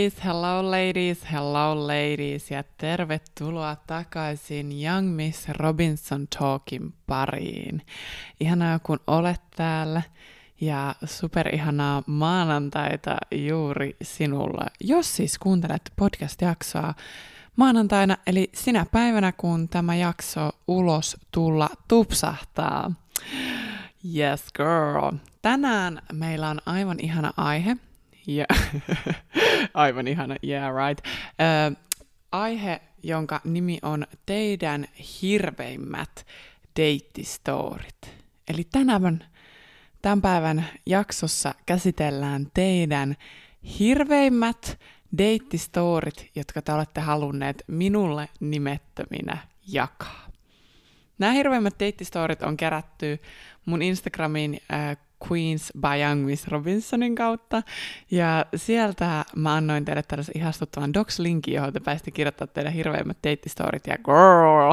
hello ladies ja tervetuloa takaisin Young Miss Robinson Talkin pariin. Ihanaa kun olet täällä ja superihanaa maanantaita juuri sinulle. Jos siis kuuntelet podcast-jaksoa maanantaina, eli sinä päivänä kun tämä jakso ulos tulla tupsahtaa. Yes girl. Tänään meillä on aivan ihana aihe. Ja aivan ihana, yeah right. Aihe, jonka nimi on teidän hirveimmät deittistorit. Eli tämän päivän jaksossa käsitellään teidän hirveimmät deittistorit, jotka te olette halunneet minulle nimettöminä jakaa. Nämä hirveimmät deittistorit on kerätty mun Instagramin Queens by Young Miss Robinsonin kautta, ja sieltä mä annoin teille tällaisen ihastuttavan docs-linkin, johon te pääsitte kirjoittaa teidän hirveimmät deittistorit, ja girl!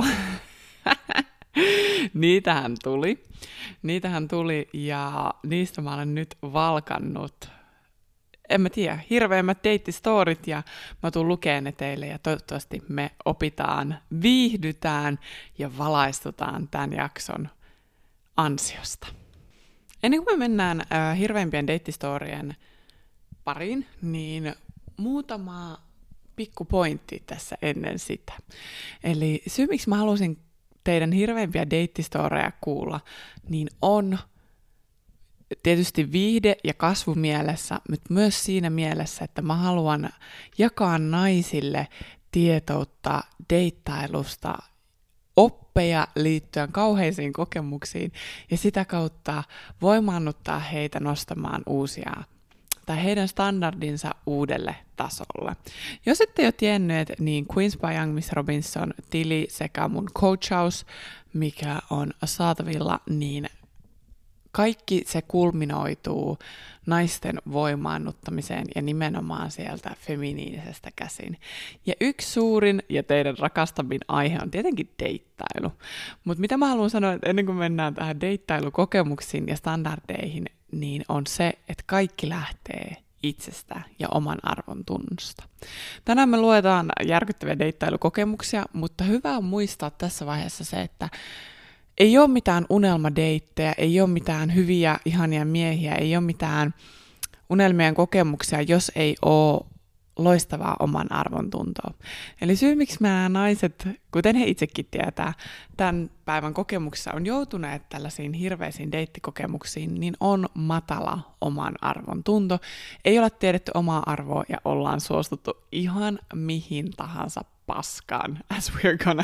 Niitähän tuli, ja niistä mä olen nyt valkannut, en mä tiedä, hirveimmät deittistorit, ja mä tuun lukemaan ne teille, ja toivottavasti me opitaan, viihdytään ja valaistutaan tämän jakson ansiosta. Ennen kuin me mennään hirveimpien deittistorien pariin, niin muutama pikku pointti tässä ennen sitä. Eli syy, miksi mä halusin teidän hirveimpiä deittistoreja kuulla, niin on tietysti viihde- ja kasvumielessä, mutta myös siinä mielessä, että mä haluan jakaa naisille tietoutta deittailusta, oppeja liittyen kauheisiin kokemuksiin ja sitä kautta voimaannuttaa heitä nostamaan tai heidän standardinsa uudelle tasolle. Jos ette jo tienneet, niin Queens by Young Miss Robinson -tili sekä mun coachaus, mikä on saatavilla, niin kaikki se kulminoituu naisten voimaannuttamiseen ja nimenomaan sieltä feminiinisestä käsin. Ja yksi suurin ja teidän rakastamin aihe on tietenkin deittailu. Mutta mitä mä haluan sanoa, että ennen kuin mennään tähän deittailukokemuksiin ja standardeihin, niin on se, että kaikki lähtee itsestä ja oman arvon tunnusta. Tänään me luetaan järkyttäviä deittailukokemuksia, mutta hyvä on muistaa tässä vaiheessa se, että ei ole mitään unelmadeittejä, ei ole mitään hyviä, ihania miehiä, ei ole mitään unelmien kokemuksia, jos ei ole loistavaa oman arvon tuntoa. Eli syy, miksi nämä naiset, kuten he itsekin tietää, tämän päivän kokemuksissa on joutuneet tällaisiin hirveisiin deittikokemuksiin, niin on matala oman arvon tunto. Ei ole tiedetty omaa arvoa ja ollaan suostuttu ihan mihin tahansa paskaan, as we're gonna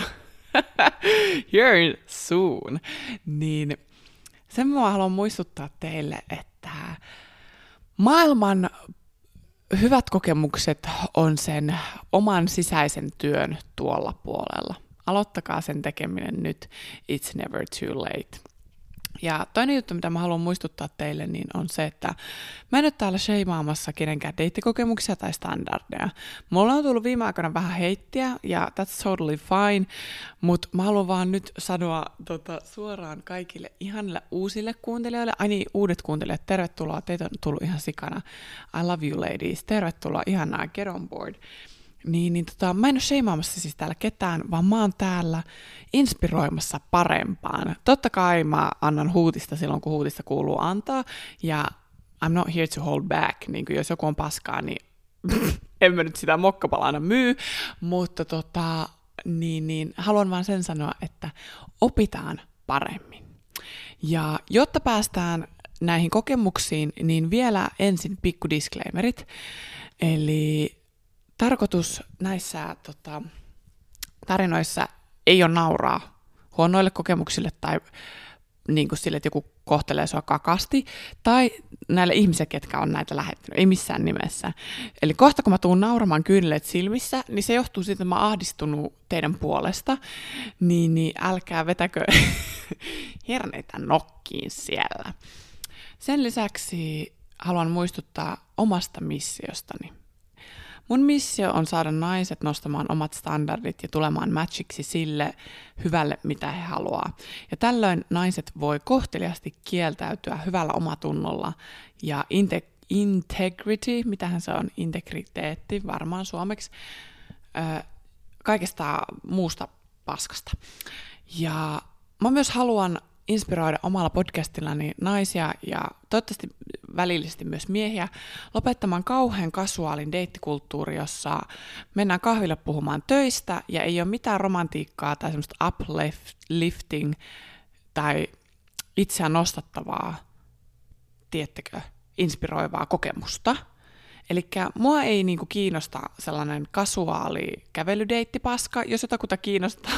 here soon. Niin sen mä haluan muistuttaa teille, että maailman hyvät kokemukset on sen oman sisäisen työn tuolla puolella. Aloittakaa sen tekeminen nyt. It's never too late. Ja toinen juttu, mitä mä haluan muistuttaa teille, niin on se, että mä en ole täällä sheimaamassa kenenkään deittikokemuksia tai standardeja. Mulla on tullut viime aikoina vähän heittiä, ja that's totally fine, mutta mä haluan vaan nyt sanoa suoraan kaikille ihanille uusille kuuntelijoille, uudet kuuntelijat, tervetuloa, teitä on tullut ihan sikana. I love you ladies, tervetuloa, ihanaa, get on board. Mä en ole sheimaamassa siis täällä ketään, vaan mä oon täällä inspiroimassa parempaan. Totta kai mä annan huutista silloin, kun huutista kuuluu antaa, ja I'm not here to hold back. Niin jos joku on paskaa, niin en mä nyt sitä mokkapalana myy, mutta haluan vaan sen sanoa, että opitaan paremmin. Ja jotta päästään näihin kokemuksiin, niin vielä ensin pikku disclaimerit, eli tarkoitus näissä tarinoissa ei ole nauraa huonoille kokemuksille tai niin kuin sille, että joku kohtelee sua kakasti, tai näille ihmisille, ketkä on näitä lähettänyt, ei missään nimessä. Eli kohta, kun mä tuun nauramaan kyyneleet silmissä, niin se johtuu siitä, että mä oon ahdistunut teidän puolesta, niin älkää vetäkö herneitä nokkiin siellä. Sen lisäksi haluan muistuttaa omasta missiostani. Mun missio on saada naiset nostamaan omat standardit ja tulemaan matchiksi sille hyvälle, mitä he haluaa. Ja tällöin naiset voi kohteliasti kieltäytyä hyvällä omatunnolla ja integrity, mitähän se on, integriteetti varmaan suomeksi, kaikesta muusta paskasta. Ja mä myös haluan inspiroida omalla podcastillani naisia ja toivottavasti välillisesti myös miehiä lopettamaan kauhean kasuaalin deittikulttuuri, jossa mennään kahville puhumaan töistä ja ei ole mitään romantiikkaa tai semmoista uplifting tai itseään nostattavaa, tiettekö, inspiroivaa kokemusta. Eli mua ei niinku kiinnosta sellainen kasuaali kävelydeitti-paska, jos jotakuta kiinnostaa,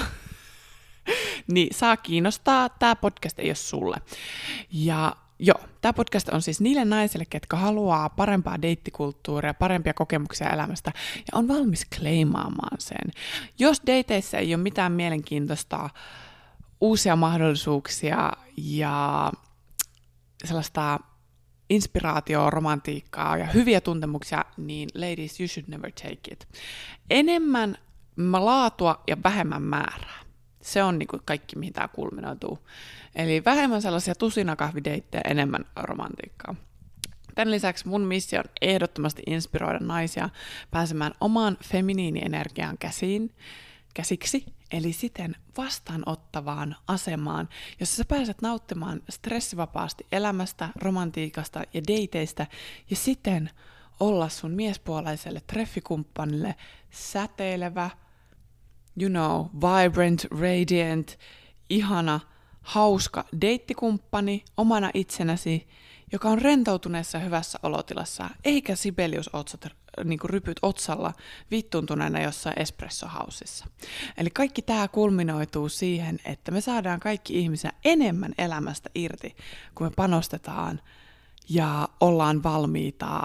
niin saa kiinnostaa, tämä podcast ei ole sulle. Ja joo, tämä podcast on siis niille naisille, ketkä haluaa parempaa deittikulttuuria, parempia kokemuksia elämästä ja on valmis claimaamaan sen. Jos deiteissä ei ole mitään mielenkiintoista, uusia mahdollisuuksia ja sellaista inspiraatioa, romantiikkaa ja hyviä tuntemuksia, niin ladies, you should never take it. Enemmän laatua ja vähemmän määrää. Se on niin kuin kaikki, mihin tämä kulminoituu. Eli vähemmän sellaisia tusinakahvideittejä, enemmän romantiikkaa. Tämän lisäksi mun missio on ehdottomasti inspiroida naisia pääsemään omaan feminiinienergiaan käsiksi, eli siten vastaanottavaan asemaan, jossa sä pääset nauttimaan stressivapaasti elämästä, romantiikasta ja dateista, ja siten olla sun miespuoleiselle treffikumppanille säteilevä, vibrant, radiant, ihana, hauska deittikumppani omana itsenäsi, joka on rentoutuneessa hyvässä olotilassa, eikä Sibelius-otsat niinku rypyt otsalla vittuuntuneena jossain espressohausissa. Eli kaikki tämä kulminoituu siihen, että me saadaan kaikki ihmisiä enemmän elämästä irti, kun me panostetaan ja ollaan valmiita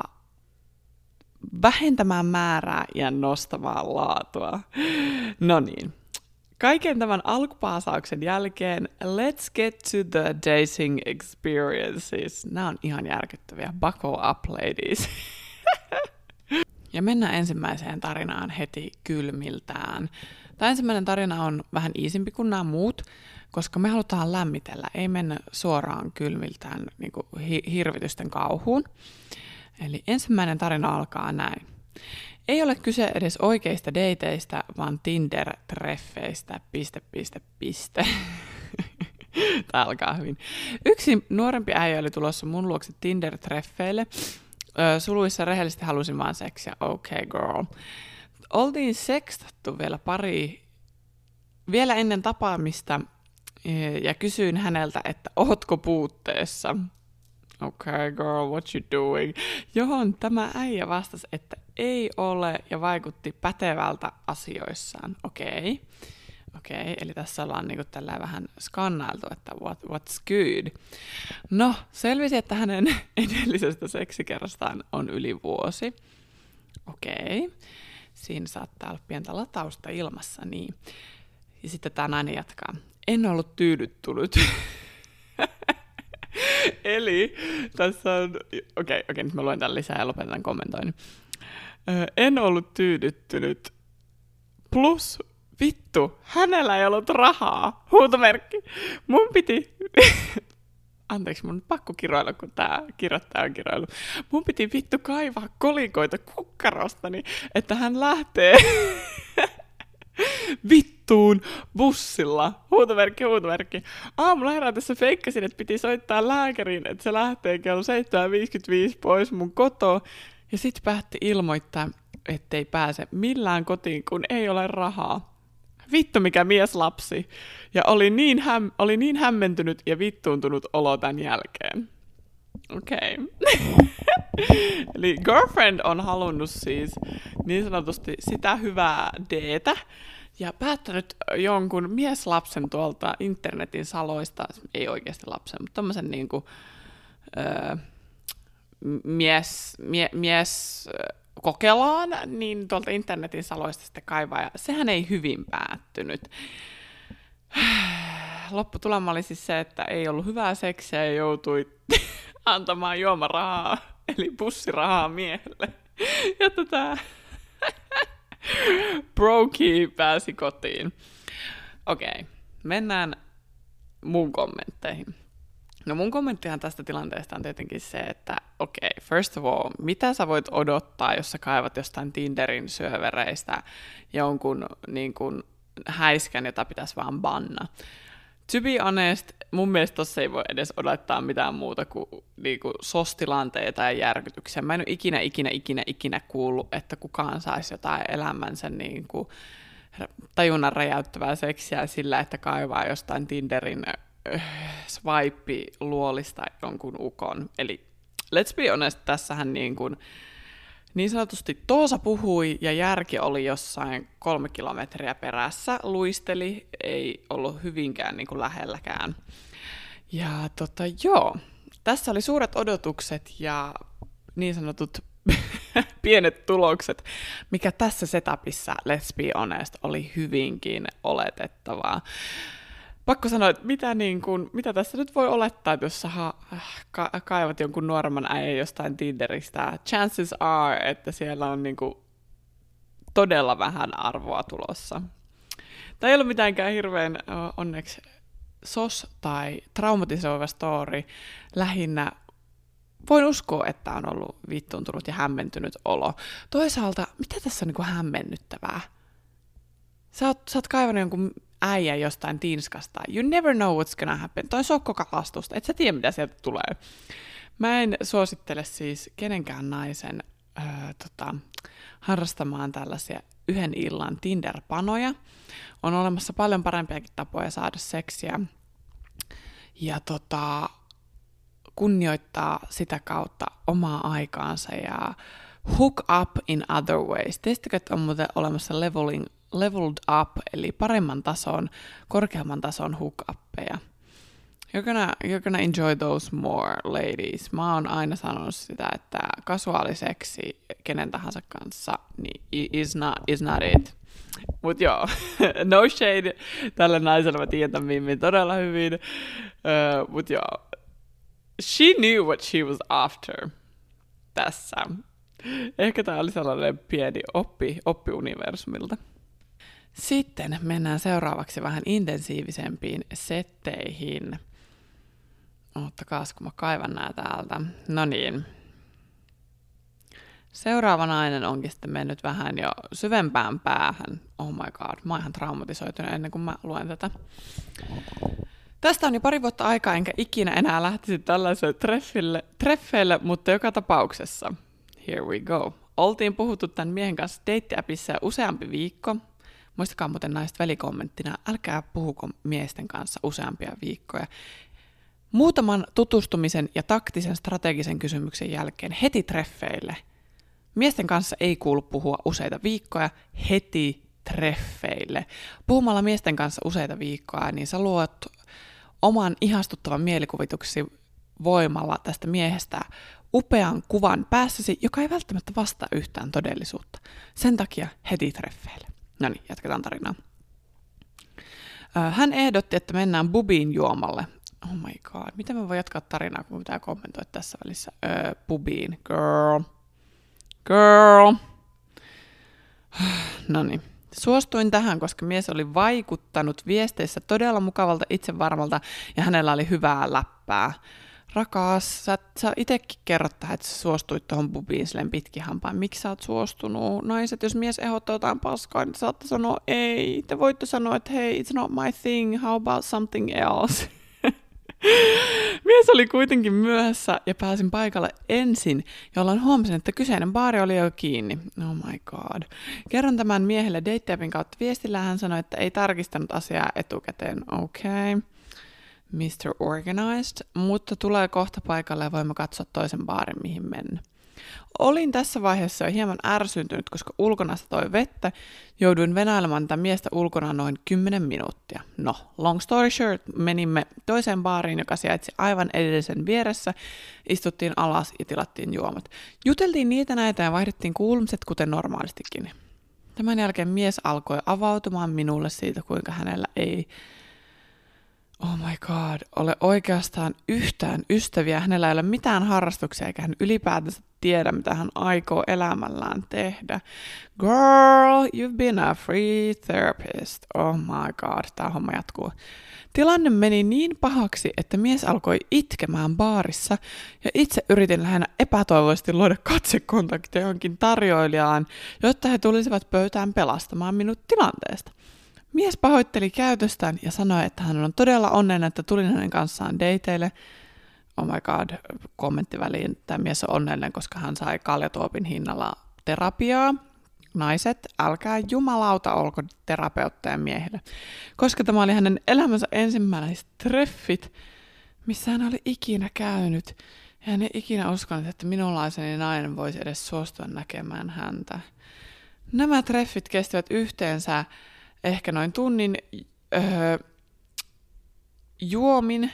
vähentämään määrää ja nostamaan laatua. No niin. Kaiken tämän alkupaasauksen jälkeen, let's get to the dating experiences. Nämä on ihan järkyttäviä. Buckle up, ladies. Ja mennään ensimmäiseen tarinaan heti kylmiltään. Tämä ensimmäinen tarina on vähän iisimpi kuin nämä muut, koska me halutaan lämmitellä, ei mennä suoraan kylmiltään niin kuin hirvitysten kauhuun. Eli ensimmäinen tarina alkaa näin. Ei ole kyse edes oikeista dateista, vaan Tinder-treffeistä, ... Tämä alkaa hyvin. Yksi nuorempi äijä oli tulossa mun luokse Tinder-treffeille. Suluissa rehellisesti halusin vaan seksiä. Okay, girl. Oltiin sekstattu vielä ennen tapaamista ja kysyin häneltä, että ootko puutteessa. Okay, girl, what you doing? Johon tämä äijä vastasi, että ei ole ja vaikutti pätevältä asioissaan. Okei, eli tässä ollaan niinku tällä vähän skannailtu, että what's good. No, selvisi, että hänen edellisestä seksikerrastaan on yli vuosi. Okei, siinä saattaa olla pientä latausta ilmassa, niin. Ja sitten tämä nainen jatkaa. En ollut tyydyttynyt. Eli tässä on, okei, nyt mä luen tämän lisää ja lopetan kommentoinnin. En ollut tyydyttynyt. Plus, vittu, hänellä ei ollut rahaa. Huutomerkki. Mun piti, anteeksi, mun on pakko kiroilla, kun tää kirjoittaja on kiroilu. Mun piti vittu kaivaa kolikoita kukkarostani, että hän lähtee vittuun bussilla. Huutomerkki. Aamulla herätessä feikkasin, että piti soittaa lääkäriin, että se lähtee kello 7.55 pois mun kotoa. Ja sit päätti ilmoittaa, ettei pääse millään kotiin, kun ei ole rahaa. Vittu mikä mieslapsi. Ja oli niin hämmentynyt ja vittuuntunut olo tämän jälkeen. Okei. Eli girlfriend on halunnut siis niin sanotusti sitä hyvää deetä ja päättänyt jonkun mieslapsen tuolta internetin saloista, ei oikeasti lapsen, mutta tommosen niinku mies kokelaan, niin tuolta internetin saloista sitten kaivaa, ja sehän ei hyvin päättynyt. Lopputulema oli siis se, että ei ollut hyvää seksiä ja joutui antamaan juomarahaa, eli bussirahaa miehelle. Ja brokey pääsi kotiin. Okei, mennään mun kommentteihin. No mun kommenttihan tästä tilanteesta on tietenkin se, että okei, first of all, mitä sä voit odottaa, jos sä kaivat jostain Tinderin syövereistä jonkun niin kuin häiskän, jota pitäisi vaan banna. To be honest, mun mielestä tossa ei voi edes odottaa mitään muuta kuin niinku sostilanteita ja järkytyksiä. Mä en ole ikinä kuullut, että kukaan saisi jotain elämänsä niinku tajunnan räjäyttävää seksiä sillä, että kaivaa jostain Tinderin swipe-luolista jonkun ukon. Eli let's be honest, tässähän niin sanotusti Toosa puhui ja järki oli jossain 3 kilometriä perässä, luisteli, ei ollut hyvinkään niin kuin lähelläkään. Ja joo, tässä oli suuret odotukset ja niin sanotut pienet tulokset, mikä tässä setupissa, let's be honest, oli hyvinkin oletettavaa. Pakko sanoa, että mitä tässä nyt voi olettaa, että jos sä kaivat jonkun nuoremman äijän jostain Tinderistä. Chances are, että siellä on todella vähän arvoa tulossa. Tämä ei ollut mitenkään hirveän onneksi sos tai traumatisoiva story. Lähinnä voin uskoa, että on ollut vittuuntunut ja hämmentynyt olo. Toisaalta, mitä tässä on hämmennyttävää? Sä oot kaivannut jonkun äijän jostain tinskasta. You never know what's gonna happen. Toi sokkokalastusta. Et sä tiedä, mitä sieltä tulee. Mä en suosittele siis kenenkään naisen harrastamaan tällaisia yhden illan Tinder-panoja. On olemassa paljon parempiakin tapoja saada seksiä. Ja kunnioittaa sitä kautta omaa aikaansa ja hook up in other ways. Tiedättekö, että on muuten olemassa leveled up, eli paremman tason, korkeamman tason hook-uppeja. You're gonna enjoy those more, ladies. Mä oon aina sanonut sitä, että kasuaaliseksi kenen tahansa kanssa niin is not it. Mut joo, no shade tälle naiselle, mä tiedän tämän mimin todella hyvin. Mut joo, she knew what she was after tässä. Ehkä tää oli sellainen pieni oppi universumilta. Sitten mennään seuraavaksi vähän intensiivisempiin setteihin. Ottakaas, kun mä kaivan nää täältä. No niin. Seuraava nainen onkin sitten mennyt vähän jo syvempään päähän. Oh my god, mä oon ihan traumatisoitunut ennen kuin mä luen tätä. Tästä on jo 2 vuotta aikaa, enkä ikinä enää lähtisi tällaiselle treffeille, mutta joka tapauksessa. Here we go. Oltiin puhuttu tämän miehen kanssa deittiäpissä useampi viikko. Muistakaa muuten naiset välikommenttina, älkää puhuko miesten kanssa useampia viikkoja. Muutaman tutustumisen ja taktisen strategisen kysymyksen jälkeen heti treffeille. Miesten kanssa ei kuulu puhua useita viikkoja, heti treffeille. Puhumalla miesten kanssa useita viikkoja, niin sä luot oman ihastuttavan mielikuvituksesi voimalla tästä miehestä upean kuvan päässäsi, joka ei välttämättä vastaa yhtään todellisuutta. Sen takia heti treffeille. No niin, jatketaan tarinaa. Hän ehdotti, että mennään pubiin juomalle. Oh my god, miten mä voin jatkaa tarinaa, kun pitää kommentoida tässä välissä? Pubiin, girl. No niin. Suostuin tähän, koska mies oli vaikuttanut viesteissä todella mukavalta, itsevarmalta ja hänellä oli hyvää läppää. Rakas, sä itekin kerrot tähän, että sä suostuit tuohon pubiin silleen pitkin hampaan. Miksi sä oot suostunut? Naiset, jos mies ehdottaa jotain paskaa, niin saatte sanoa ei. Te voitte sanoa, että hei, it's not my thing, how about something else? Mies oli kuitenkin myöhässä ja pääsin paikalle ensin, jolloin huomasin, että kyseinen baari oli jo kiinni. Oh my god. Kerron tämän miehelle dateapin kautta viestillä. Hän sanoi, että ei tarkistanut asiaa etukäteen. Okei. Mr. Organized, mutta tulee kohta paikalle ja voimme katsoa toisen baarin, mihin mennä. Olin tässä vaiheessa jo hieman ärsyntynyt, koska ulkona satoi vettä. Jouduin venailemaan tätä miestä ulkona noin 10 minuuttia. No, long story short, menimme toiseen baariin, joka sijaitsi aivan edellisen vieressä. Istuttiin alas ja tilattiin juomat. Juteltiin niitä näitä ja vaihdettiin kuulumiset kuten normaalistikin. Tämän jälkeen mies alkoi avautumaan minulle siitä, kuinka hänellä ei oh my god, ole oikeastaan yhtään ystäviä. Hänellä ei ole mitään harrastuksia, eikä hän ylipäätänsä tiedä, mitä hän aikoo elämällään tehdä. Girl, you've been a free therapist. Oh my god, tää homma jatkuu. Tilanne meni niin pahaksi, että mies alkoi itkemään baarissa ja itse yritin lähinnä epätoivoisesti luoda katsekontaktia johonkin tarjoilijaan, jotta he tulisivat pöytään pelastamaan minut tilanteesta. Mies pahoitteli käytöstään ja sanoi, että hän on todella onnellinen, että tulin hänen kanssaan dateille. Oh my god, kommentti väliin. Tämä mies on onnellinen, koska hän sai kaljatuopin hinnalla terapiaa. Naiset, älkää jumalauta olko terapeutteja miehille. Koska tämä oli hänen elämänsä ensimmäiset treffit, missä hän oli ikinä käynyt. Ja hän ei ikinä uskonut, että minunlaiseni nainen voisi edes suostua näkemään häntä. Nämä treffit kestivät yhteensä ehkä noin tunnin juomin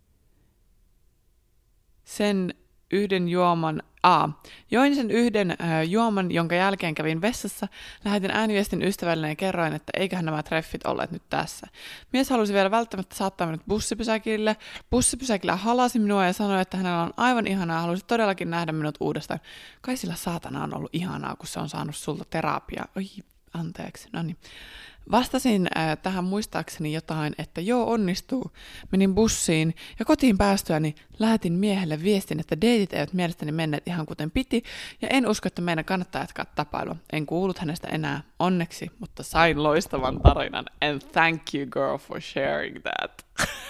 sen yhden juoman. Join sen yhden juoman, jonka jälkeen kävin vessassa, lähetin ääniviestin ystävälleni ja kerroin, että eiköhän nämä treffit olleet nyt tässä. Mies halusi vielä välttämättä saattaa minut bussipysäkille. Bussipysäkillä halasi minua ja sanoi, että hänellä on aivan ihanaa ja halusi todellakin nähdä minut uudestaan. Kai sillä saatana on ollut ihanaa, kun se on saanut sulta terapiaa. Oi, anteeksi, no niin. Vastasin tähän muistaakseni jotain, että joo, onnistuu. Menin bussiin ja kotiin päästyäni lähetin miehelle viestin, että deitit eivät mielestäni menneet ihan kuten piti ja en usko, että meidän kannattaa jatkaa tapailua. En kuullut hänestä enää onneksi, mutta sain loistavan tarinan. And thank you girl for sharing that.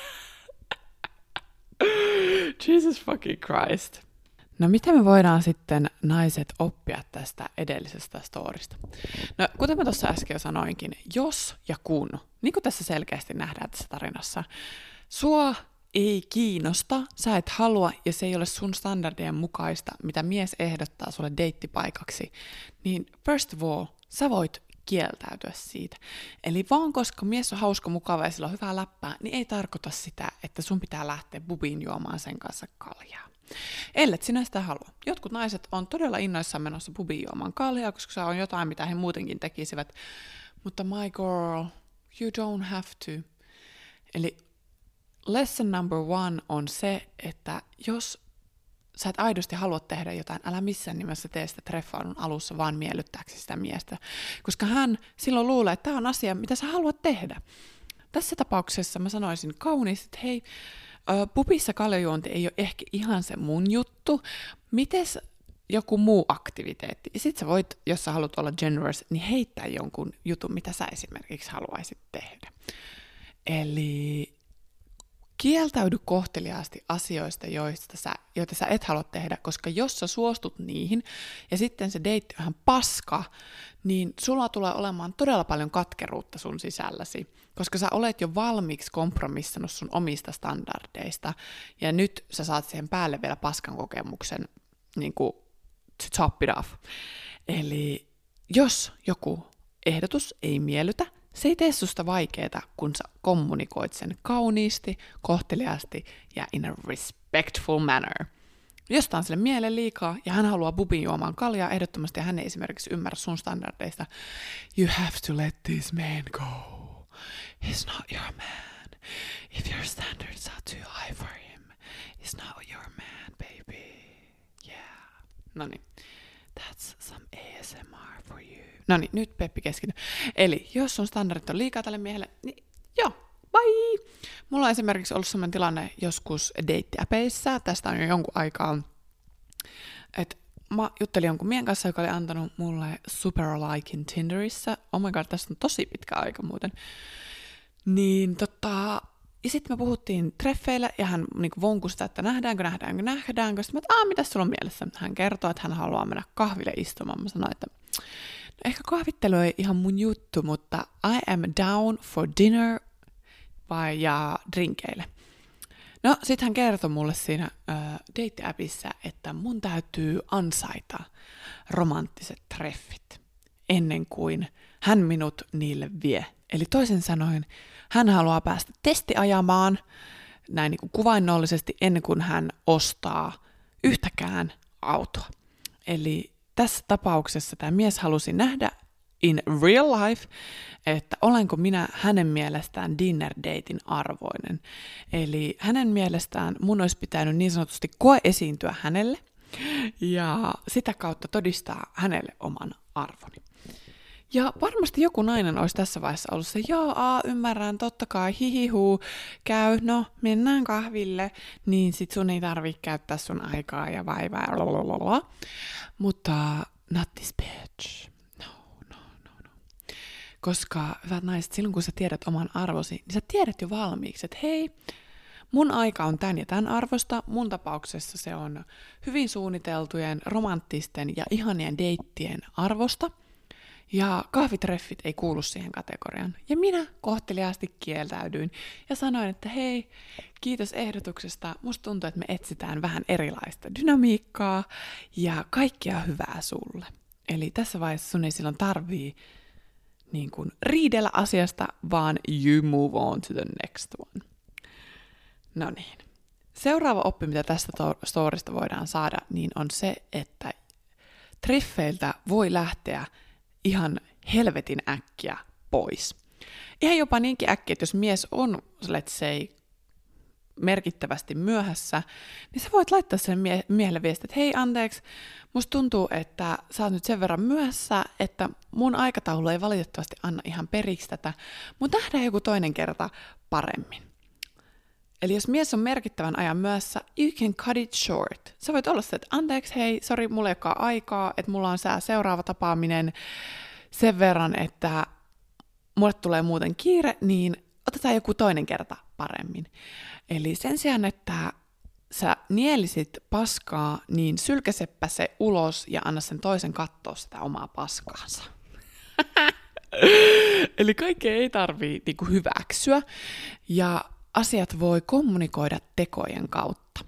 Jesus fucking Christ. No mitä me voidaan sitten naiset oppia tästä edellisestä storista? No kuten mä tuossa äsken jo sanoinkin, jos ja kun, niin kuin tässä selkeästi nähdään tässä tarinassa, sua ei kiinnosta, sä et halua ja se ei ole sun standardien mukaista, mitä mies ehdottaa sulle deittipaikaksi, niin first of all, sä voit kieltäytyä siitä. Eli vaan koska mies on hauska, mukava ja sillä on hyvää läppää, niin ei tarkoita sitä, että sun pitää lähteä bubiin juomaan sen kanssa kaljaa. Ellet sinä sitä halua. Jotkut naiset on todella innoissaan menossa pubiin juomaan kaljaa, koska se on jotain, mitä he muutenkin tekisivät. Mutta my girl, you don't have to. Eli lesson number 1 on se, että jos sä et aidosti halua tehdä jotain, älä missään nimessä tee sitä treffailun alussa vaan miellyttääksesi sitä miestä. Koska hän silloin luulee, että tämä on asia, mitä sä haluat tehdä. Tässä tapauksessa mä sanoisin kauniisti, että hei, pubissa kaljajuonti ei ole ehkä ihan se mun juttu. Mites joku muu aktiviteetti? Ja sit sä voit, jos sä haluat olla generous, niin heittää jonkun jutun, mitä sä esimerkiksi haluaisit tehdä. Eli kieltäydy kohteliaasti asioista, joita sä et halua tehdä, koska jos sä suostut niihin ja sitten se deitti on ihan paska, niin sulla tulee olemaan todella paljon katkeruutta sun sisälläsi, koska sä olet jo valmiiksi kompromissannut sun omista standardeista ja nyt sä saat siihen päälle vielä paskan kokemuksen niin kuin to top it off. Eli jos joku ehdotus ei miellytä, se ei tee susta vaikeeta, kun sä kommunikoit sen kauniisti, kohteliaasti ja in a respectful manner. Jos tää on sille mieleen liikaa ja hän haluaa bubin juomaan kaljaa ehdottomasti ja hän ei esimerkiksi ymmärrä sun standardeista, you have to let this man go. He's not your man. If your standards are too high for him, he's not your man, baby. Yeah. Noniin. That's some ASMR for you. Noniin, nyt Peppi keskity. Eli jos sun standardit on liikaa tälle miehelle, niin joo, bye! Mulla on esimerkiksi ollut sellainen tilanne joskus deittiäpeissä, tästä on jo jonkun aikaa, että mä juttelin jonkun miehen kanssa, joka oli antanut mulle super liken Tinderissä. Oh my god, tästä on tosi pitkä aika muuten. Niin ja sitten me puhuttiin treffeillä ja hän niinku vonkui sitä, että nähdäänkö. Sitten mä, että mitäs sulla on mielessä? Hän kertoo, että hän haluaa mennä kahville istumaan. Mä sanoin, että no ehkä kahvittelu ei ihan mun juttu, mutta I am down for dinner ja drinkeille. No sit hän kertoi mulle siinä date-appissa, että mun täytyy ansaita romanttiset treffit ennen kuin hän minut niille vie. Eli toisin sanoen, hän haluaa päästä testiajamaan näin niin kuin kuvainnollisesti ennen kuin hän ostaa yhtäkään autoa. Eli tässä tapauksessa tämä mies halusi nähdä in real life, että olenko minä hänen mielestään dinner datein arvoinen. Eli hänen mielestään mun olisi pitänyt niin sanotusti koeesiintyä hänelle ja sitä kautta todistaa hänelle oman arvoni. Ja varmasti joku nainen olisi tässä vaiheessa ollut se, ymmärrän, totta kai, hihihuu, käy, no, mennään kahville, niin sit sun ei tarvitse käyttää sun aikaa ja vaivaa, lalalala. Mutta not this bitch. No. Koska, hyvät naiset, silloin kun sä tiedät oman arvosi, niin sä tiedät jo valmiiksi, että hei, mun aika on tän ja tän arvosta, mun tapauksessa se on hyvin suunniteltujen, romanttisten ja ihanien deittien arvosta, ja kahvitreffit ei kuulu siihen kategoriaan. Ja minä kohteliaasti kieltäydyin ja sanoin, että hei, kiitos ehdotuksesta, musta tuntuu, että me etsitään vähän erilaista dynamiikkaa ja kaikkea hyvää sulle. Eli tässä vaiheessa sun ei silloin tarvii niin kuin riidellä asiasta, vaan you move on to the next one. No niin. Seuraava oppi, mitä tästä storista voidaan saada, niin on se, että treffeiltä voi lähteä ihan helvetin äkkiä pois. Ihan jopa niinkin äkkiä, että jos mies on, let's say, merkittävästi myöhässä, niin sä voit laittaa sen miehelle viestin, että hei anteeksi, musta tuntuu, että sä oot nyt sen verran myöhässä, että mun aikataulu ei valitettavasti anna ihan periksi tätä, mutta nähdään joku toinen kerta paremmin. Eli jos mies on merkittävän ajan myöhässä, you can cut it short. Sä voit olla se, että anteeksi, hei, sori, mulla ei olekaan aikaa, että mulla on seuraava tapaaminen sen verran, että mulle tulee muuten kiire, niin otetaan joku toinen kerta paremmin. Eli sen sijaan, että sä nielisit paskaa, niin sylkäseppä se ulos ja anna sen toisen katsoa sitä omaa paskaansa. Eli kaikkea ei tarvii niinku hyväksyä, ja asiat voi kommunikoida tekojen kautta.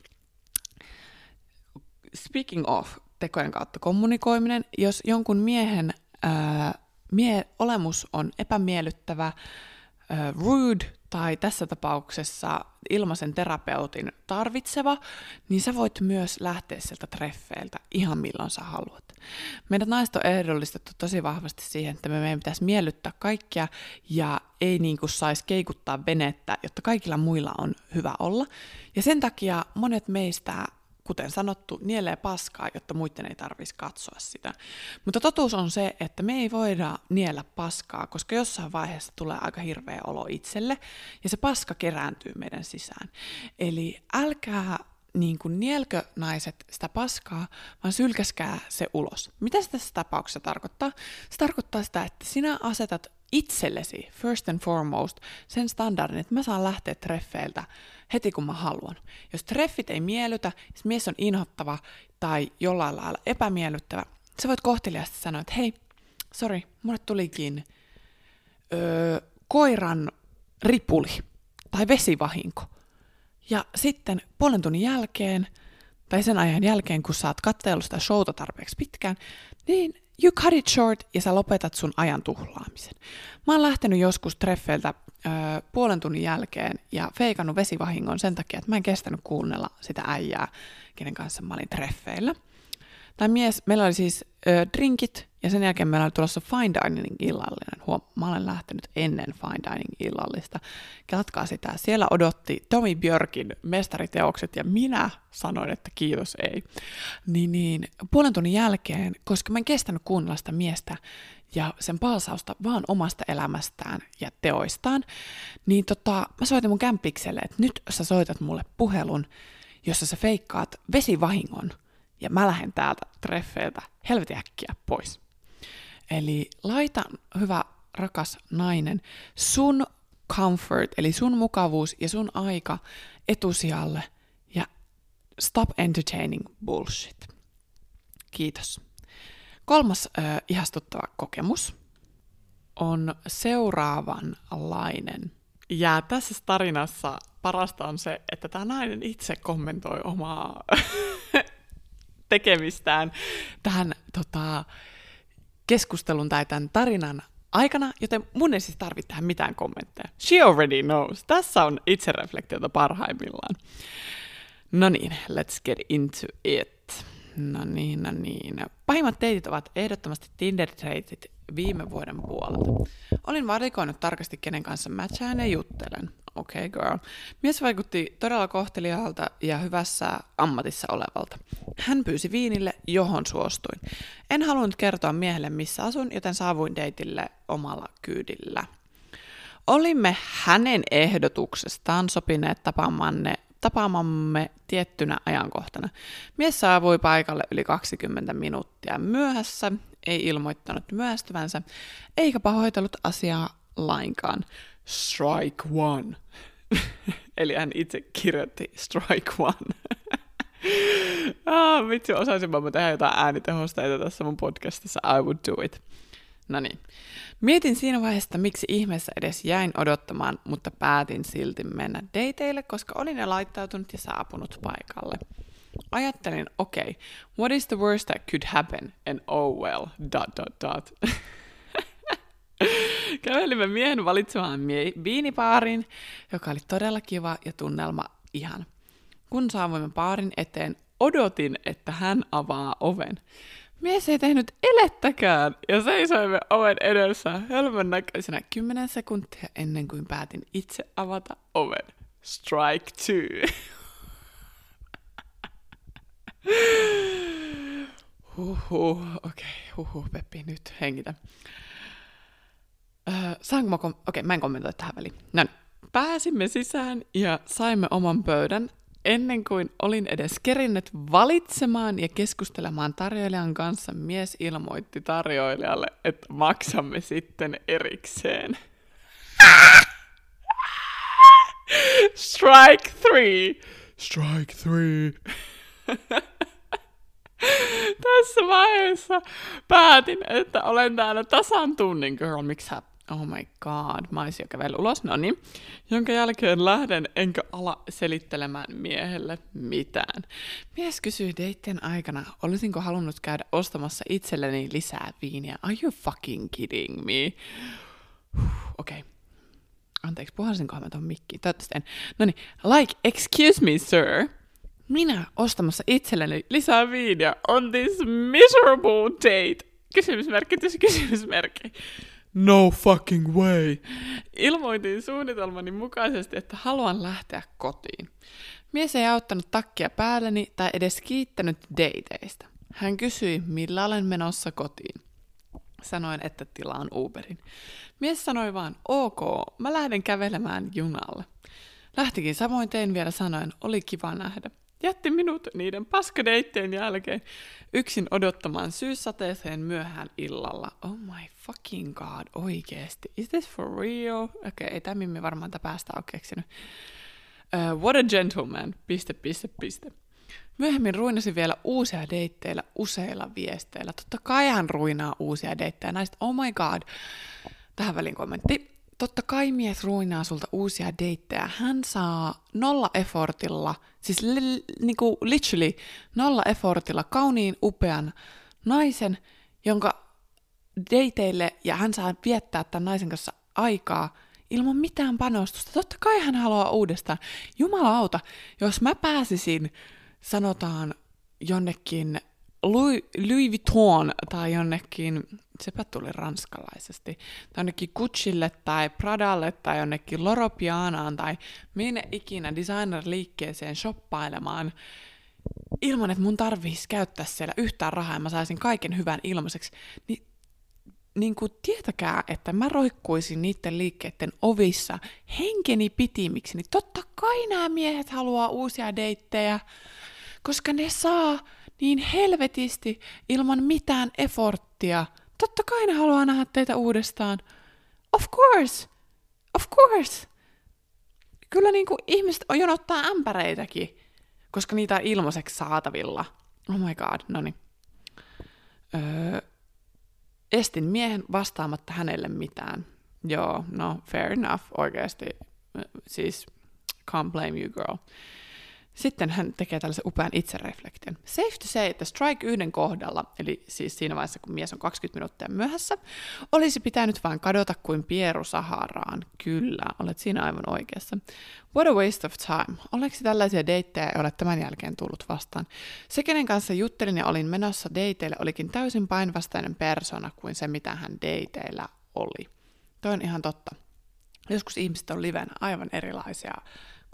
Speaking of tekojen kautta kommunikoiminen, jos jonkun miehen olemus on epämiellyttävä, rude tai tässä tapauksessa ilmaisen terapeutin tarvitseva, niin sä voit myös lähteä sieltä treffeiltä ihan milloin sä haluat. Meidät naiset on ehdollistettu tosi vahvasti siihen, että meidän pitäisi miellyttää kaikkia ja ei niin kuin saisi keikuttaa venettä, jotta kaikilla muilla on hyvä olla. Ja sen takia monet meistä, kuten sanottu, nielee paskaa, jotta muiden ei tarvitsisi katsoa sitä. Mutta totuus on se, että me ei voida niellä paskaa, koska jossain vaiheessa tulee aika hirveä olo itselle, ja se paska kerääntyy meidän sisään. Eli älkää niin kuin nielkö naiset sitä paskaa, vaan sylkäskää se ulos. Mitä se tässä tapauksessa tarkoittaa? Se tarkoittaa sitä, että sinä asetat itsellesi first and foremost sen standardin, että mä saan lähteä treffeiltä heti kun mä haluan. Jos treffit ei miellytä, jos mies on inhottava tai jollain lailla epämiellyttävä, sä voit kohteliaasti sanoa, että hei, sori, mulle tulikin koiran ripuli tai vesivahinko. Ja sitten puolen tunnin jälkeen, tai sen ajan jälkeen, kun sä oot katsellut sitä showta tarpeeksi pitkään, niin you cut it short ja sä lopetat sun ajan tuhlaamisen. Mä oon lähtenyt joskus treffeiltä puolen tunnin jälkeen ja feikannut vesivahingon sen takia, että mä en kestänyt kuunnella sitä äijää, kenen kanssa mä olin treffeillä. Tai meillä oli siis drinkit ja sen jälkeen meillä oli tulossa fine dining illallinen. Mä olen lähtenyt ennen fine dining illallista. Kelatkaa sitä. Siellä odotti Tommy Björkin mestariteokset ja minä sanoin, että kiitos ei. Niin puolen tunnin jälkeen, koska mä en kestänyt kuunnella sitä miestä ja sen palsausta vaan omasta elämästään ja teoistaan, niin mä soitin mun kämpikselle, että nyt sä soitat mulle puhelun, jossa sä feikkaat vesivahingon. Ja mä lähden täältä treffeiltä helvetin äkkiä pois. Eli laita, hyvä rakas nainen, sun comfort, eli sun mukavuus ja sun aika etusijalle ja stop entertaining bullshit. Kiitos. Kolmas ihastuttava kokemus on seuraavanlainen. Ja tässä tarinassa parasta on se, että tämä nainen itse kommentoi omaa tekemistään tähän keskustelun tai tämän tarinan aikana, joten mun ei siis tarvitse tähän mitään kommentteja. She already knows. Tässä on itsereflektiota parhaimmillaan. No niin, let's get into it. No niin. Pahimmat deitit ovat ehdottomasti Tinder-deitit viime vuoden puolelta. Olin valikoinut tarkasti, kenen kanssa matchaan ja juttelen. Okay, girl. Mies vaikutti todella kohteliaalta ja hyvässä ammatissa olevalta. Hän pyysi viinille, johon suostuin. En halunnut kertoa miehelle, missä asun, joten saavuin deitille omalla kyydillä. Olimme hänen ehdotuksestaan sopineet tapaamamme tiettynä ajankohtana. Mies saavui paikalle yli 20 minuuttia myöhässä, ei ilmoittanut myöhästyvänsä, eikä pahoitellut asiaa lainkaan. Strike one. Eli hän itse kirjoitti strike one. Vitsi, osaisinpa mä tehdä jotain äänitehosteita tässä mun podcastissa. I would do it. No niin. Mietin siinä vaiheessa, miksi ihmeessä edes jäin odottamaan, mutta päätin silti mennä dateille, koska olin jo laittautunut ja saapunut paikalle. Ajattelin, okay, what is the worst that could happen? And oh well, ... Kävelimme miehen valitsemaan viinibaariin, joka oli todella kiva ja tunnelma ihan. Kun saavuimme baarin eteen, odotin, että hän avaa oven. Mies ei tehnyt elettäkään ja seisoimme oven edessä hölmön näköisenä 10 sekuntia ennen kuin päätin itse avata oven. Strike two. Peppi, nyt hengitä. Mä en kommentoi tähän väliin. No niin. Pääsimme sisään ja saimme oman pöydän ennen kuin olin edes kerinnyt valitsemaan ja keskustelemaan tarjoilijan kanssa. Mies ilmoitti tarjoilijalle, että maksamme sitten erikseen. Strike three. Strike three. Tässä vaiheessa päätin, että olen täällä tasan tunnin, girl, miksi oh my god, mä olisin jo kävellyt ulos, no niin. Jonka jälkeen lähden enkä ala selittelemään miehelle mitään. Mies kysyi deittien aikana, olisinko halunnut käydä ostamassa itselleni lisää viiniä. Are you fucking kidding me? Okei. Anteeksi, puhalsinkohan mä tuon mikkiin? Toivottavasti en. No niin, like, excuse me, sir. Minä ostamassa itselleni lisää viiniä on this miserable date. Kysymysmerkki. No fucking way. Ilmoitin suunnitelmani mukaisesti, että haluan lähteä kotiin. Mies ei auttanut takkia päälleni tai edes kiittänyt dateista. Hän kysyi, millä olen menossa kotiin. Sanoin, että tilaan Uberin. Mies sanoi vaan, ok, mä lähden kävelemään junalle. Lähtikin samoin tein vielä sanoen, oli kiva nähdä. Jätti minut niiden paskadeitteen jälkeen yksin odottamaan syyssateeseen myöhään illalla. Oh my fucking god, oikeesti. Is this for real? Okei, ei tämä Mimmi varmaan päästä ole keksinyt. What a gentleman. ... Myöhemmin ruinasin vielä uusia deitteillä useilla viesteillä. Totta kai hän ruinaa uusia deittejä. Naiset, oh my god. Tähän väliin kommentti. Totta kai mies ruinaa sulta uusia deittejä. Hän saa 0 effortilla, siis niinku literally 0 effortilla kauniin upean naisen, jonka dateille ja hän saa viettää tämän naisen kanssa aikaa ilman mitään panostusta. Totta kai hän haluaa uudestaan. Jumalauta, jos mä pääsisin, sanotaan jonnekin Louis Vuitton tai jonnekin, sepä tuli ranskalaisesti, tai jonnekin Gucciille tai Pradalle tai jonnekin Loro Pianaan tai minne ikinä designer-liikkeeseen shoppailemaan ilman, että mun tarvitsisi käyttää siellä yhtään rahaa ja mä saisin kaiken hyvän ilmaiseksi, niin kuin tietäkää, että mä roikkuisin niiden liikkeiden ovissa henkeni pitimiksi, niin totta kai nämä miehet haluaa uusia deittejä, koska ne saa niin helvetisti ilman mitään efforttia. Totta kai ne haluaa nähdä teitä uudestaan. Of course. Kyllä niinku ihmiset jonottaa ämpäreitäkin, koska niitä on ilmaiseksi saatavilla. Oh my god, noniin. Estin miehen vastaamatta hänelle mitään. Joo, no fair enough, oikeasti. Siis, can't blame you girl. Sitten hän tekee tällaisen upean itsereflektion. Safe to say, että strike 1 kohdalla, eli siis siinä vaiheessa, kun mies on 20 minuuttia myöhässä, olisi pitänyt vain kadota kuin pieru Saharaan. Kyllä, olet siinä aivan oikeassa. What a waste of time. Oleksi tällaisia deittejä ei ole tämän jälkeen tullut vastaan. Se, kenen kanssa juttelin ja olin menossa dateille, olikin täysin päinvastainen persona kuin se, mitä hän dateilla oli. Toi on ihan totta. Joskus ihmiset on livenä aivan erilaisia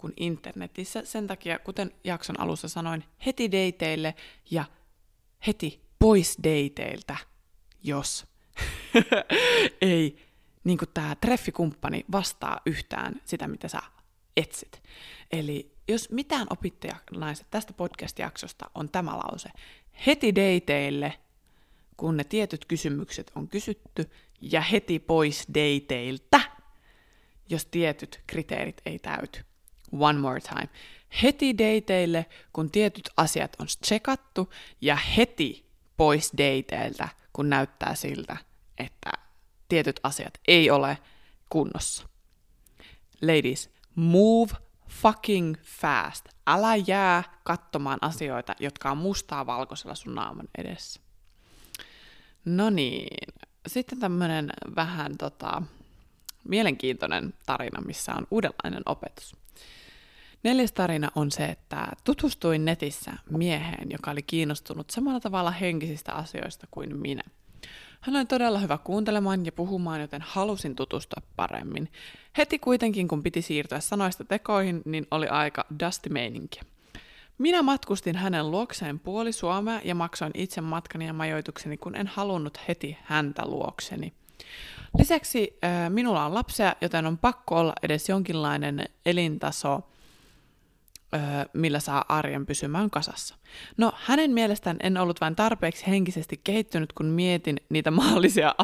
kuin internetissä. Sen takia, kuten jakson alussa sanoin, heti dateille ja heti pois dateiltä, jos ei niin kuin tämä treffikumppani vastaa yhtään sitä, mitä sä etsit. Eli jos mitään opitte naiset tästä podcast-jaksosta on tämä lause, heti dateille, kun ne tietyt kysymykset on kysytty, ja heti pois dateiltä, jos tietyt kriteerit ei täyty. One more time. Heti dateille, kun tietyt asiat on tsekattu, ja heti pois dateiltä, kun näyttää siltä, että tietyt asiat ei ole kunnossa. Ladies, move fucking fast. Älä jää katsomaan asioita, jotka on mustaa valkoisella sun naaman edessä. No niin, sitten tämmönen vähän mielenkiintoinen tarina, missä on uudenlainen opetus. 4. tarina on se, että tutustuin netissä mieheen, joka oli kiinnostunut samalla tavalla henkisistä asioista kuin minä. Hän oli todella hyvä kuuntelemaan ja puhumaan, joten halusin tutustua paremmin. Heti kuitenkin, kun piti siirtyä sanoista tekoihin, niin oli aika dusty-meininkiä. Minä matkustin hänen luokseen puoli Suomea ja maksoin itse matkani ja majoitukseni, kun en halunnut heti häntä luokseni. Lisäksi minulla on lapsia, joten on pakko olla edes jonkinlainen elintaso, millä saa arjen pysymään kasassa. No, hänen mielestään en ollut vain tarpeeksi henkisesti kehittynyt, kun mietin niitä maallisia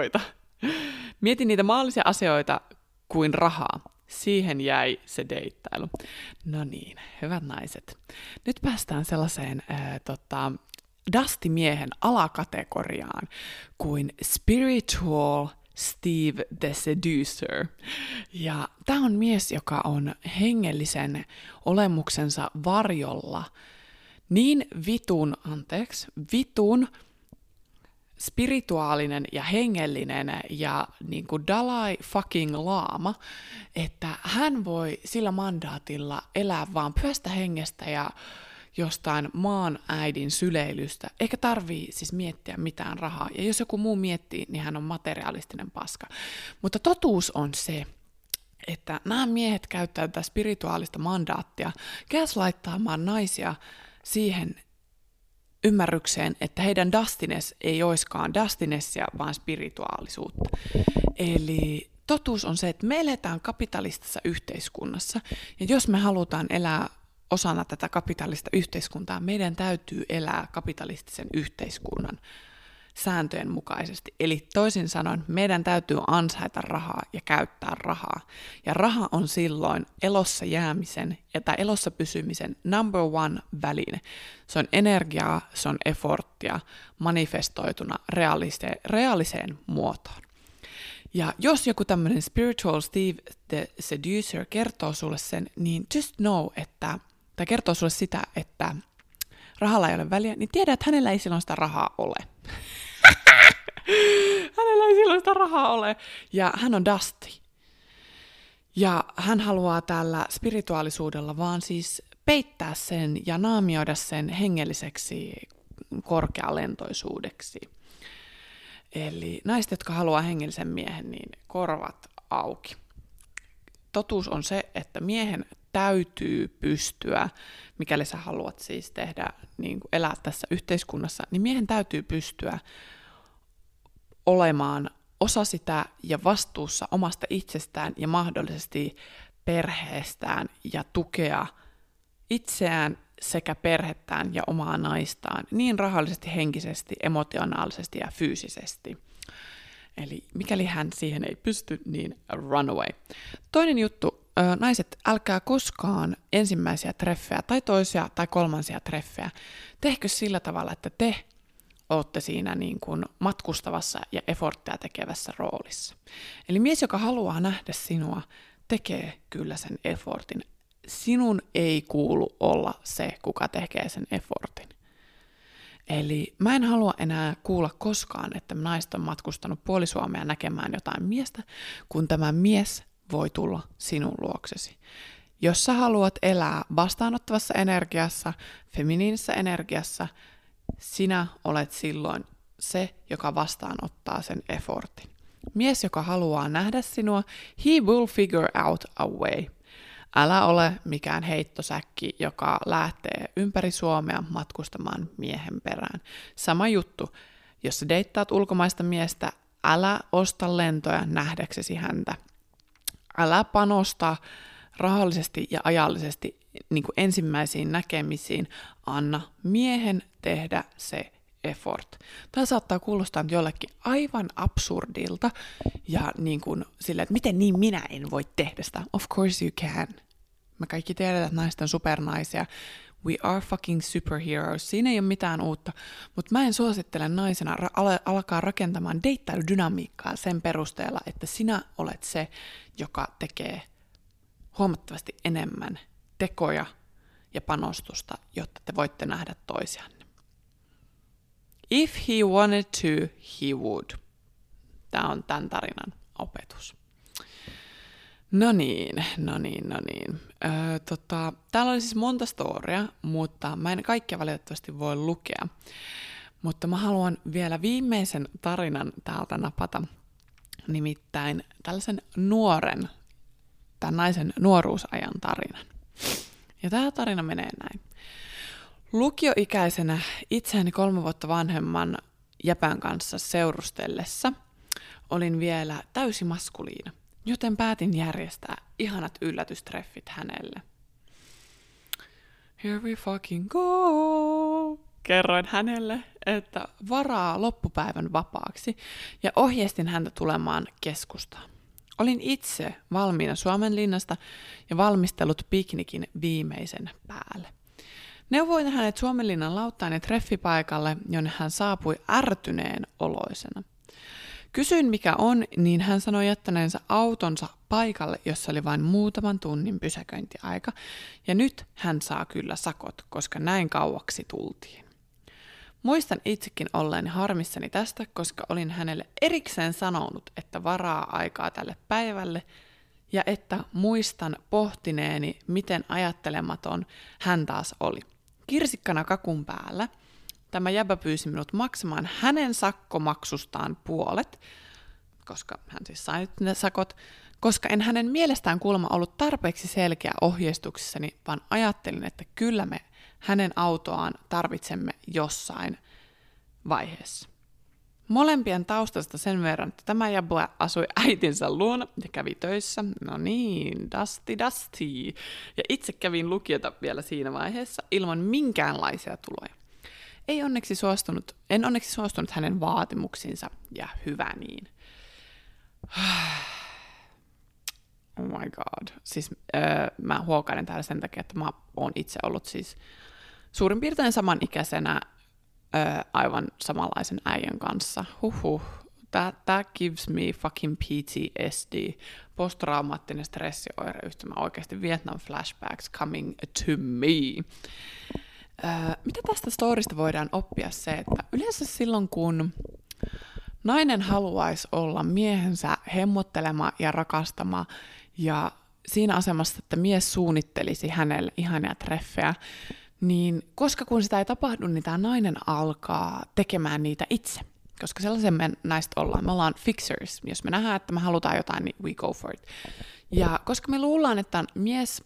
asioita kuin rahaa. Siihen jäi se deittailu. No niin, hyvät naiset. Nyt päästään sellaiseen dustimiehen alakategoriaan kuin spiritual Steve the Seducer. Ja tämä on mies, joka on hengellisen olemuksensa varjolla niin vitun spirituaalinen ja hengellinen ja niin kuin Dalai fucking Lama, että hän voi sillä mandaatilla elää vaan pyhästä hengestä ja jostain maan äidin syleilystä, eikä tarvii siis miettiä mitään rahaa. Ja jos joku muu miettii, niin hän on materialistinen paska. Mutta totuus on se, että nämä miehet käyttää tätä spirituaalista mandaattia gaslighttaamaan naisia siihen ymmärrykseen, että heidän dustiness ei oiskaan dustinessia, vaan spirituaalisuutta. Eli totuus on se, että me eletään kapitalistisessa yhteiskunnassa, ja jos me halutaan elää osana tätä kapitalista yhteiskuntaa, meidän täytyy elää kapitalistisen yhteiskunnan sääntöjen mukaisesti. Eli toisin sanoen, meidän täytyy ansaita rahaa ja käyttää rahaa. Ja raha on silloin elossa jäämisen tai elossa pysymisen number one väline. Se on energiaa, se on efforttia manifestoituna reaaliseen muotoon. Ja jos joku tämmöinen spiritual Steve the Seducer kertoo sulle sen, niin just know, tai kertoo sulle sitä, että rahalla ei ole väliä, niin tiedä, että hänellä ei silloin sitä rahaa ole. Hänellä ei silloin sitä rahaa ole. Ja hän on dusty. Ja hän haluaa tällä spirituaalisuudella vaan siis peittää sen ja naamioida sen hengelliseksi korkealentoisuudeksi. Eli naiset, jotka haluaa hengellisen miehen, niin korvat auki. Totuus on se, että miehen täytyy pystyä, mikäli sä haluat siis tehdä, niin kuin elää tässä yhteiskunnassa, niin miehen täytyy pystyä olemaan osa sitä ja vastuussa omasta itsestään ja mahdollisesti perheestään ja tukea itseään sekä perhettään ja omaa naistaan niin rahallisesti, henkisesti, emotionaalisesti ja fyysisesti. Eli mikäli hän siihen ei pysty, niin run away. Toinen juttu, naiset, älkää koskaan ensimmäisiä treffejä tai toisia tai kolmansia treffejä tehkö sillä tavalla, että te ootte siinä niin kuin matkustavassa ja efforttia tekevässä roolissa. Eli mies, joka haluaa nähdä sinua, tekee kyllä sen effortin. Sinun ei kuulu olla se, kuka tekee sen effortin. Eli mä en halua enää kuulla koskaan, että naiset on matkustanut puoli Suomea näkemään jotain miestä, kun tämä mies voi tulla sinun luoksesi. Jos sä haluat elää vastaanottavassa energiassa, feminiinisessä energiassa, sinä olet silloin se, joka vastaanottaa sen effortin. Mies, joka haluaa nähdä sinua, he will figure out a way. Älä ole mikään heittosäkki, joka lähtee ympäri Suomea matkustamaan miehen perään. Sama juttu, jos sä deittaat ulkomaista miestä, älä osta lentoja nähdäksesi häntä. Älä panosta rahallisesti ja ajallisesti niin kuin ensimmäisiin näkemisiin. Anna miehen tehdä se effort. Tämä saattaa kuulostaa jollekin aivan absurdilta ja niin kuin sille, että miten niin minä en voi tehdä sitä. Of course you can. Me kaikki tiedetään, että naiset on supernaisia. We are fucking superheroes. Siinä ei ole mitään uutta, mutta mä en suosittele naisena alkaa rakentamaan deittailudynamiikkaa sen perusteella, että sinä olet se, joka tekee huomattavasti enemmän tekoja ja panostusta, jotta te voitte nähdä toisianne. If he wanted to, he would. Tämä on tämän tarinan opetus. No niin. Täällä oli siis monta storia, mutta mä en kaikkia valitettavasti voi lukea. Mutta mä haluan vielä viimeisen tarinan täältä napata, nimittäin tällaisen tämän naisen nuoruusajan tarinan. Ja tämä tarina menee näin. Lukioikäisenä itseäni 3 vuotta vanhemman jäpän kanssa seurustellessa olin vielä täysi maskuliina, joten päätin järjestää ihanat yllätystreffit hänelle. Here we fucking go! Kerroin hänelle, että varaa loppupäivän vapaaksi ja ohjeistin häntä tulemaan keskustaan. Olin itse valmiina Suomenlinnasta ja valmistellut piknikin viimeisen päälle. Neuvoin hänet Suomenlinnan lauttaan ja treffipaikalle, jonne hän saapui ärtyneen oloisena. Kysyin mikä on, niin hän sanoi jättäneensä autonsa paikalle, jossa oli vain muutaman tunnin pysäköintiaika, ja nyt hän saa kyllä sakot, koska näin kauaksi tultiin. Muistan itsekin olleeni harmissani tästä, koska olin hänelle erikseen sanonut, että varaa aikaa tälle päivälle, ja että muistan pohtineeni, miten ajattelematon hän taas oli. Kirsikkana kakun päällä tämä jäbä pyysi minut maksamaan hänen sakkomaksustaan puolet, koska hän siis sai nyt ne sakot, koska en hänen mielestään kuulemma ollut tarpeeksi selkeä ohjeistuksessani, vaan ajattelin, että kyllä me hänen autoaan tarvitsemme jossain vaiheessa. Molempien taustasta sen verran, että tämä jäbä asui äitinsä luona ja kävi töissä. No niin, dusty. Ja itse kävin lukiota vielä siinä vaiheessa ilman minkäänlaisia tuloja. En onneksi suostunut hänen vaatimuksiinsa ja hyvä niin. Oh my god. Siis mä huokailen täällä sen takia, että mä oon itse ollut siis suurin piirtein samanikäisenä aivan samanlaisen äijän kanssa. That gives me fucking PTSD. Posttraumaattinen stressioireyhtymä. Oikeasti Vietnam flashbacks coming to me. Mitä tästä storista voidaan oppia se, että yleensä silloin kun nainen haluaisi olla miehensä hemmottelema ja rakastama ja siinä asemassa, että mies suunnittelisi hänelle ihania treffejä, niin koska kun sitä ei tapahdu, niin tämä nainen alkaa tekemään niitä itse. Koska sellaisen me näistä ollaan. Me ollaan fixers. Jos me nähdään, että me halutaan jotain, niin we go for it. Ja koska me luullaan, että mies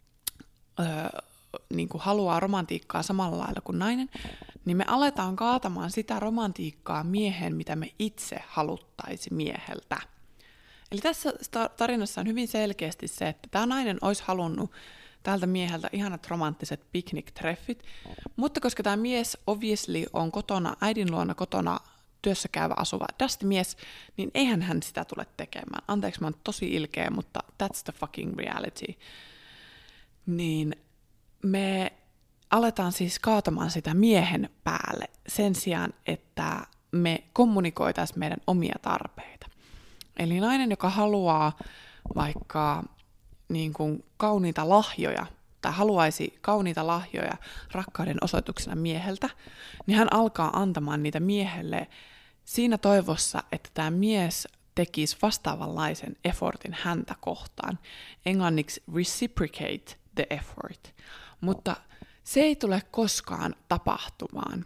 niin kuin haluaa romantiikkaa samalla lailla kuin nainen, niin me aletaan kaatamaan sitä romantiikkaa miehen, mitä me itse haluttaisi mieheltä. Eli tässä tarinassa on hyvin selkeästi se, että tämä nainen olisi halunnut tältä mieheltä ihanat romanttiset picnic-treffit, mutta koska tämä mies obviously on kotona, äidin luona kotona työssä käyvä asuva dusty-mies, niin eihän hän sitä tule tekemään. Anteeksi, mä oon tosi ilkeä, mutta that's the fucking reality. Niin me aletaan siis kaatamaan sitä miehen päälle sen sijaan, että me kommunikoitaisiin meidän omia tarpeita. Eli nainen, joka haluaa vaikka niin kuin kauniita lahjoja, tai haluaisi kauniita lahjoja rakkauden osoituksena mieheltä, niin hän alkaa antamaan niitä miehelle siinä toivossa, että tämä mies tekisi vastaavanlaisen effortin häntä kohtaan. Englanniksi reciprocate the effort. Mutta se ei tule koskaan tapahtumaan,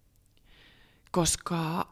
koska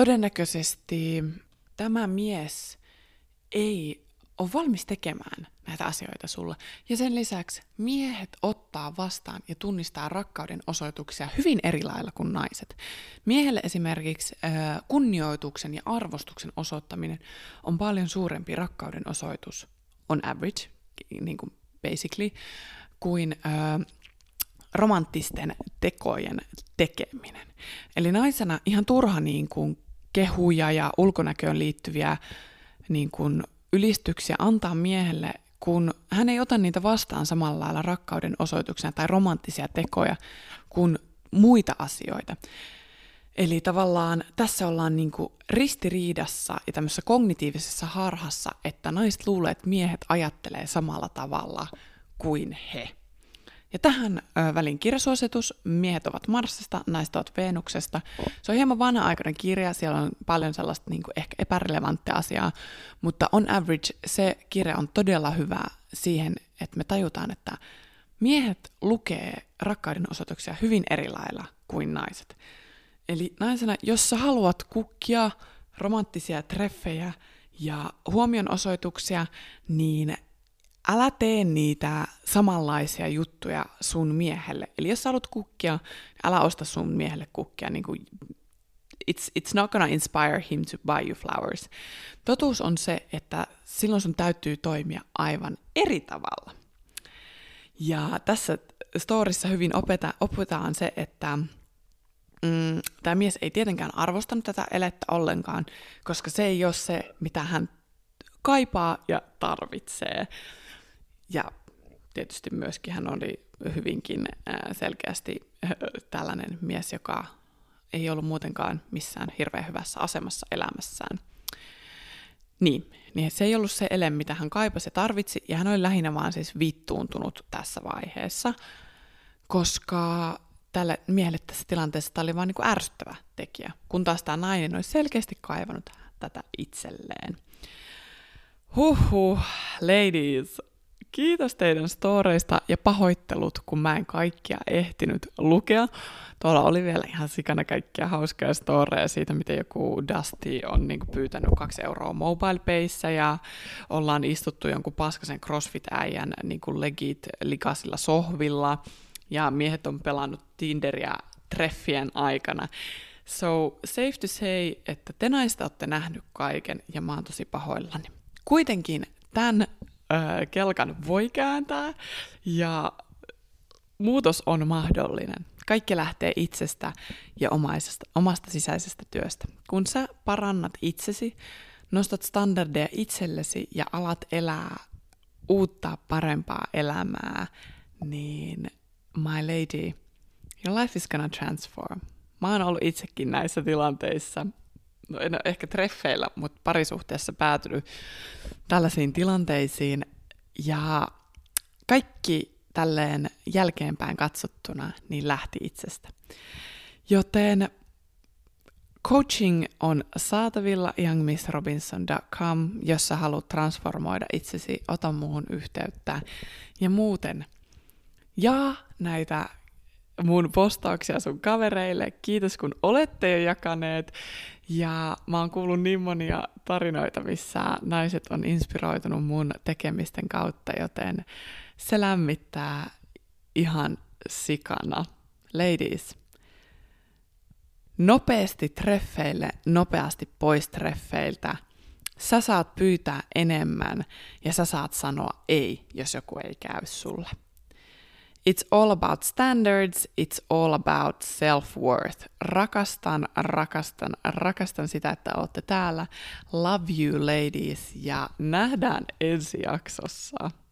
todennäköisesti tämä mies ei ole valmis tekemään näitä näitä asioita sulle. Ja sen lisäksi miehet ottaa vastaan ja tunnistaa rakkauden osoituksia hyvin eri lailla kuin naiset. Miehelle esimerkiksi kunnioituksen ja arvostuksen osoittaminen on paljon suurempi rakkauden osoitus, on average, niin kuin basically, kuin romanttisten tekojen tekeminen. Eli naisena ihan turha niin kuin kehuja ja ulkonäköön liittyviä niin kuin ylistyksiä antaa miehelle, kun hän ei ota niitä vastaan samalla lailla rakkauden osoituksena tai romanttisia tekoja kuin muita asioita. Eli tavallaan tässä ollaan niin kuin ristiriidassa ja tämmöisessä kognitiivisessa harhassa, että naiset luulee, että miehet ajattelee samalla tavalla kuin he. Ja tähän välin kirjasuositus, miehet ovat Marsista, naiset ovat Venuksesta. Se on hieman vanha-aikainen kirja, siellä on paljon sellaista niin kuin ehkä epärelevanttia asiaa, mutta on average se kirja on todella hyvä siihen, että me tajutaan, että miehet lukee rakkauden osoituksia hyvin eri lailla kuin naiset. Eli naisena, jos sä haluat kukkia, romanttisia treffejä ja huomionosoituksia, niin älä tee niitä samanlaisia juttuja sun miehelle. Eli jos sä haluat kukkia, älä osta sun miehelle kukkia. Niin kuin it's not gonna inspire him to buy you flowers. Totuus on se, että silloin sun täytyy toimia aivan eri tavalla. Ja tässä storissa hyvin opetaan se, että tämä mies ei tietenkään arvostanut tätä elettä ollenkaan, koska se ei ole se, mitä hän kaipaa ja tarvitsee. Ja tietysti myöskin hän oli hyvinkin selkeästi tällainen mies, joka ei ollut muutenkaan missään hirveän hyvässä asemassa elämässään. Niin se ei ollut se ele, mitä hän kaipasi ja tarvitsi, ja hän oli lähinnä vaan siis vittuuntunut tässä vaiheessa, koska tälle miehelle tässä tilanteessa tämä oli vaan niin kuin ärsyttävä tekijä, kun taas tämä nainen olisi selkeästi kaivannut tätä itselleen. Ladies, kiitos teidän storeista ja pahoittelut, kun mä en kaikkia ehtinyt lukea. Tuolla oli vielä ihan sikana kaikkia hauskaa storeja siitä, miten joku Dusty on niinku pyytänyt 2 € MobilePayssä ja ollaan istuttu jonkun paskasen CrossFit-äijän niinku legit likaisilla sohvilla ja miehet on pelannut Tinderia treffien aikana. So safe to say, että te naiset olette nähnyt kaiken ja mä oon tosi pahoillani. Kuitenkin tämän kelkan voi kääntää ja muutos on mahdollinen. Kaikki lähtee itsestä ja omasta sisäisestä työstä. Kun sä parannat itsesi, nostat standardeja itsellesi ja alat elää uutta, parempaa elämää, niin my lady, your life is gonna transform. Mä oon ollut itsekin näissä tilanteissa, no en ole ehkä treffeillä, mutta parisuhteessa päätynyt tällaisiin tilanteisiin ja kaikki tälleen jälkeenpäin katsottuna niin lähti itsestä. Joten coaching on saatavilla youngmissrobinson.com, jos sä haluat transformoida itsesi, ota muuhun yhteyttä ja muuten jaa näitä mun postauksia sun kavereille. Kiitos kun olette jo jakaneet. Ja mä oon kuullut niin monia tarinoita, missä naiset on inspiroitunut mun tekemisten kautta, joten se lämmittää ihan sikana. Ladies, nopeasti treffeille, nopeasti pois treffeiltä. Sä saat pyytää enemmän ja sä saat sanoa ei, jos joku ei käy sulle. It's all about standards, it's all about self-worth. Rakastan sitä, että olette täällä. Love you ladies ja nähdään ensi jaksossa.